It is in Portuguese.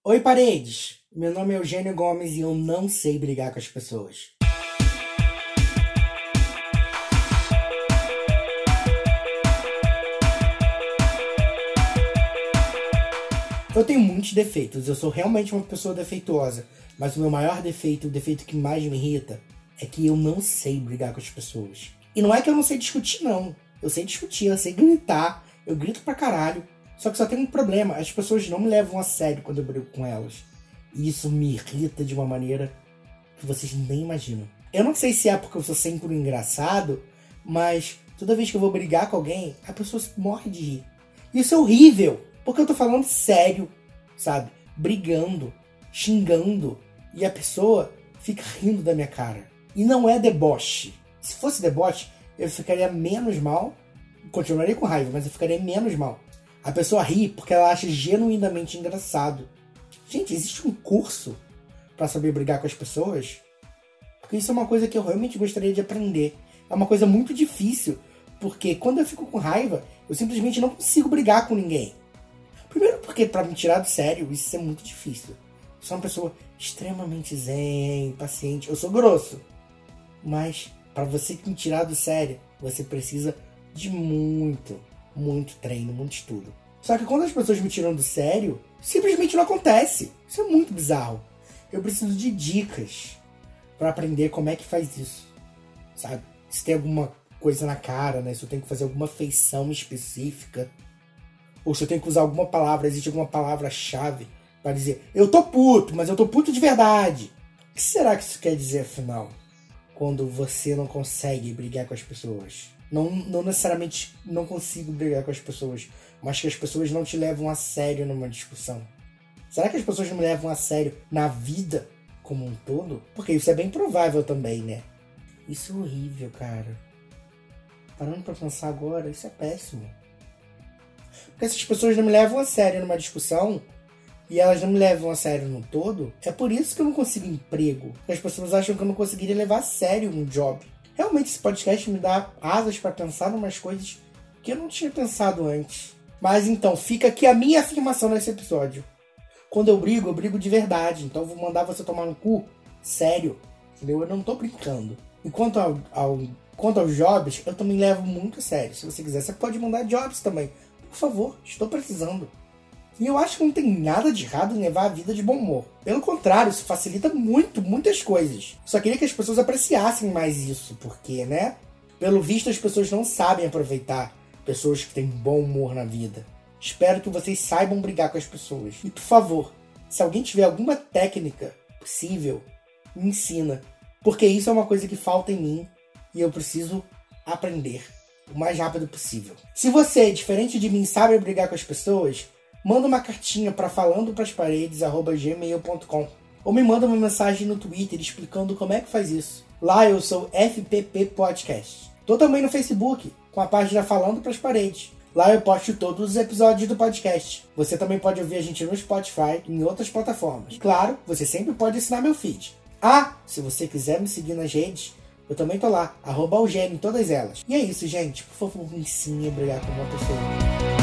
Oi, paredes! Meu nome é Eugênio Gomes e eu não sei brigar com as pessoas. Eu tenho muitos defeitos, eu sou realmente uma pessoa defeituosa, mas o meu maior defeito, o defeito que mais me irrita, é que eu não sei brigar com as pessoas. E não é que eu não sei discutir, não. Eu sei discutir, eu sei gritar, eu grito pra caralho. Só que só tem um problema, as pessoas não me levam a sério quando eu brigo com elas. E isso me irrita de uma maneira que vocês nem imaginam. Eu não sei se é porque eu sou sempre um engraçado, mas toda vez que eu vou brigar com alguém, a pessoa morre de rir. Isso é horrível, porque eu tô falando sério, sabe? Brigando, xingando, e a pessoa fica rindo da minha cara. E não é deboche. Se fosse deboche, eu ficaria menos mal, continuaria com raiva, mas eu ficaria menos mal. A pessoa ri porque ela acha genuinamente engraçado. Gente, existe um curso pra saber brigar com as pessoas? Porque isso é uma coisa que eu realmente gostaria de aprender. É uma coisa muito difícil, porque quando eu fico com raiva, eu simplesmente não consigo brigar com ninguém. Primeiro porque pra me tirar do sério, isso é muito difícil. Eu sou uma pessoa extremamente zen, paciente. Eu sou grosso. Mas pra você me tirar do sério, você precisa de muito treino, muito estudo. Só que quando as pessoas me tiram do sério, simplesmente não acontece. Isso é muito bizarro. Eu preciso de dicas pra aprender como é que faz isso, sabe? Se tem alguma coisa na cara, né? Se eu tenho que fazer alguma feição específica, ou se eu tenho que usar alguma palavra, existe alguma palavra-chave pra dizer eu tô puto, mas eu tô puto de verdade. O que será que isso quer dizer, afinal? Quando você não consegue brigar com as pessoas. Não necessariamente não consigo brigar com as pessoas, mas que as pessoas não te levam a sério numa discussão. Será que as pessoas não me levam a sério na vida como um todo? Porque isso é bem provável também, né? Isso é horrível, cara. Parando pra pensar agora, isso é péssimo. Porque se as pessoas não me levam a sério numa discussão, e elas não me levam a sério no todo, é por isso que eu não consigo emprego. Porque as pessoas acham que eu não conseguiria levar a sério um job. Realmente esse podcast me dá asas para pensar em umas coisas que eu não tinha pensado antes. Mas então, fica aqui a minha afirmação nesse episódio. Quando eu brigo de verdade. Então eu vou mandar você tomar no cu sério. Entendeu? Eu não tô brincando. E quanto aos jobs, eu também levo muito a sério. Se você quiser, você pode mandar jobs também. Por favor, estou precisando. E eu acho que não tem nada de errado em levar a vida de bom humor. Pelo contrário, isso facilita muitas coisas. Só queria que as pessoas apreciassem mais isso, porque, né? Pelo visto, as pessoas não sabem aproveitar pessoas que têm bom humor na vida. Espero que vocês saibam brigar com as pessoas. E, por favor, se alguém tiver alguma técnica possível, me ensina. Porque isso é uma coisa que falta em mim e eu preciso aprender o mais rápido possível. Se você, diferente de mim, sabe brigar com as pessoas, manda uma cartinha para falandoprasparedes@gmail.com ou me manda uma mensagem no Twitter explicando como é que faz isso. Lá eu sou FPP Podcast. Tô também no Facebook, com a página Falando Pras Paredes. Lá eu posto todos os episódios do podcast. Você também pode ouvir a gente no Spotify e em outras plataformas. Claro, você sempre pode assinar meu feed. Se você quiser me seguir nas redes, eu também tô lá, @Eugênio em todas elas. E é isso, gente. Por favor, me ensine a brigar com uma pessoa.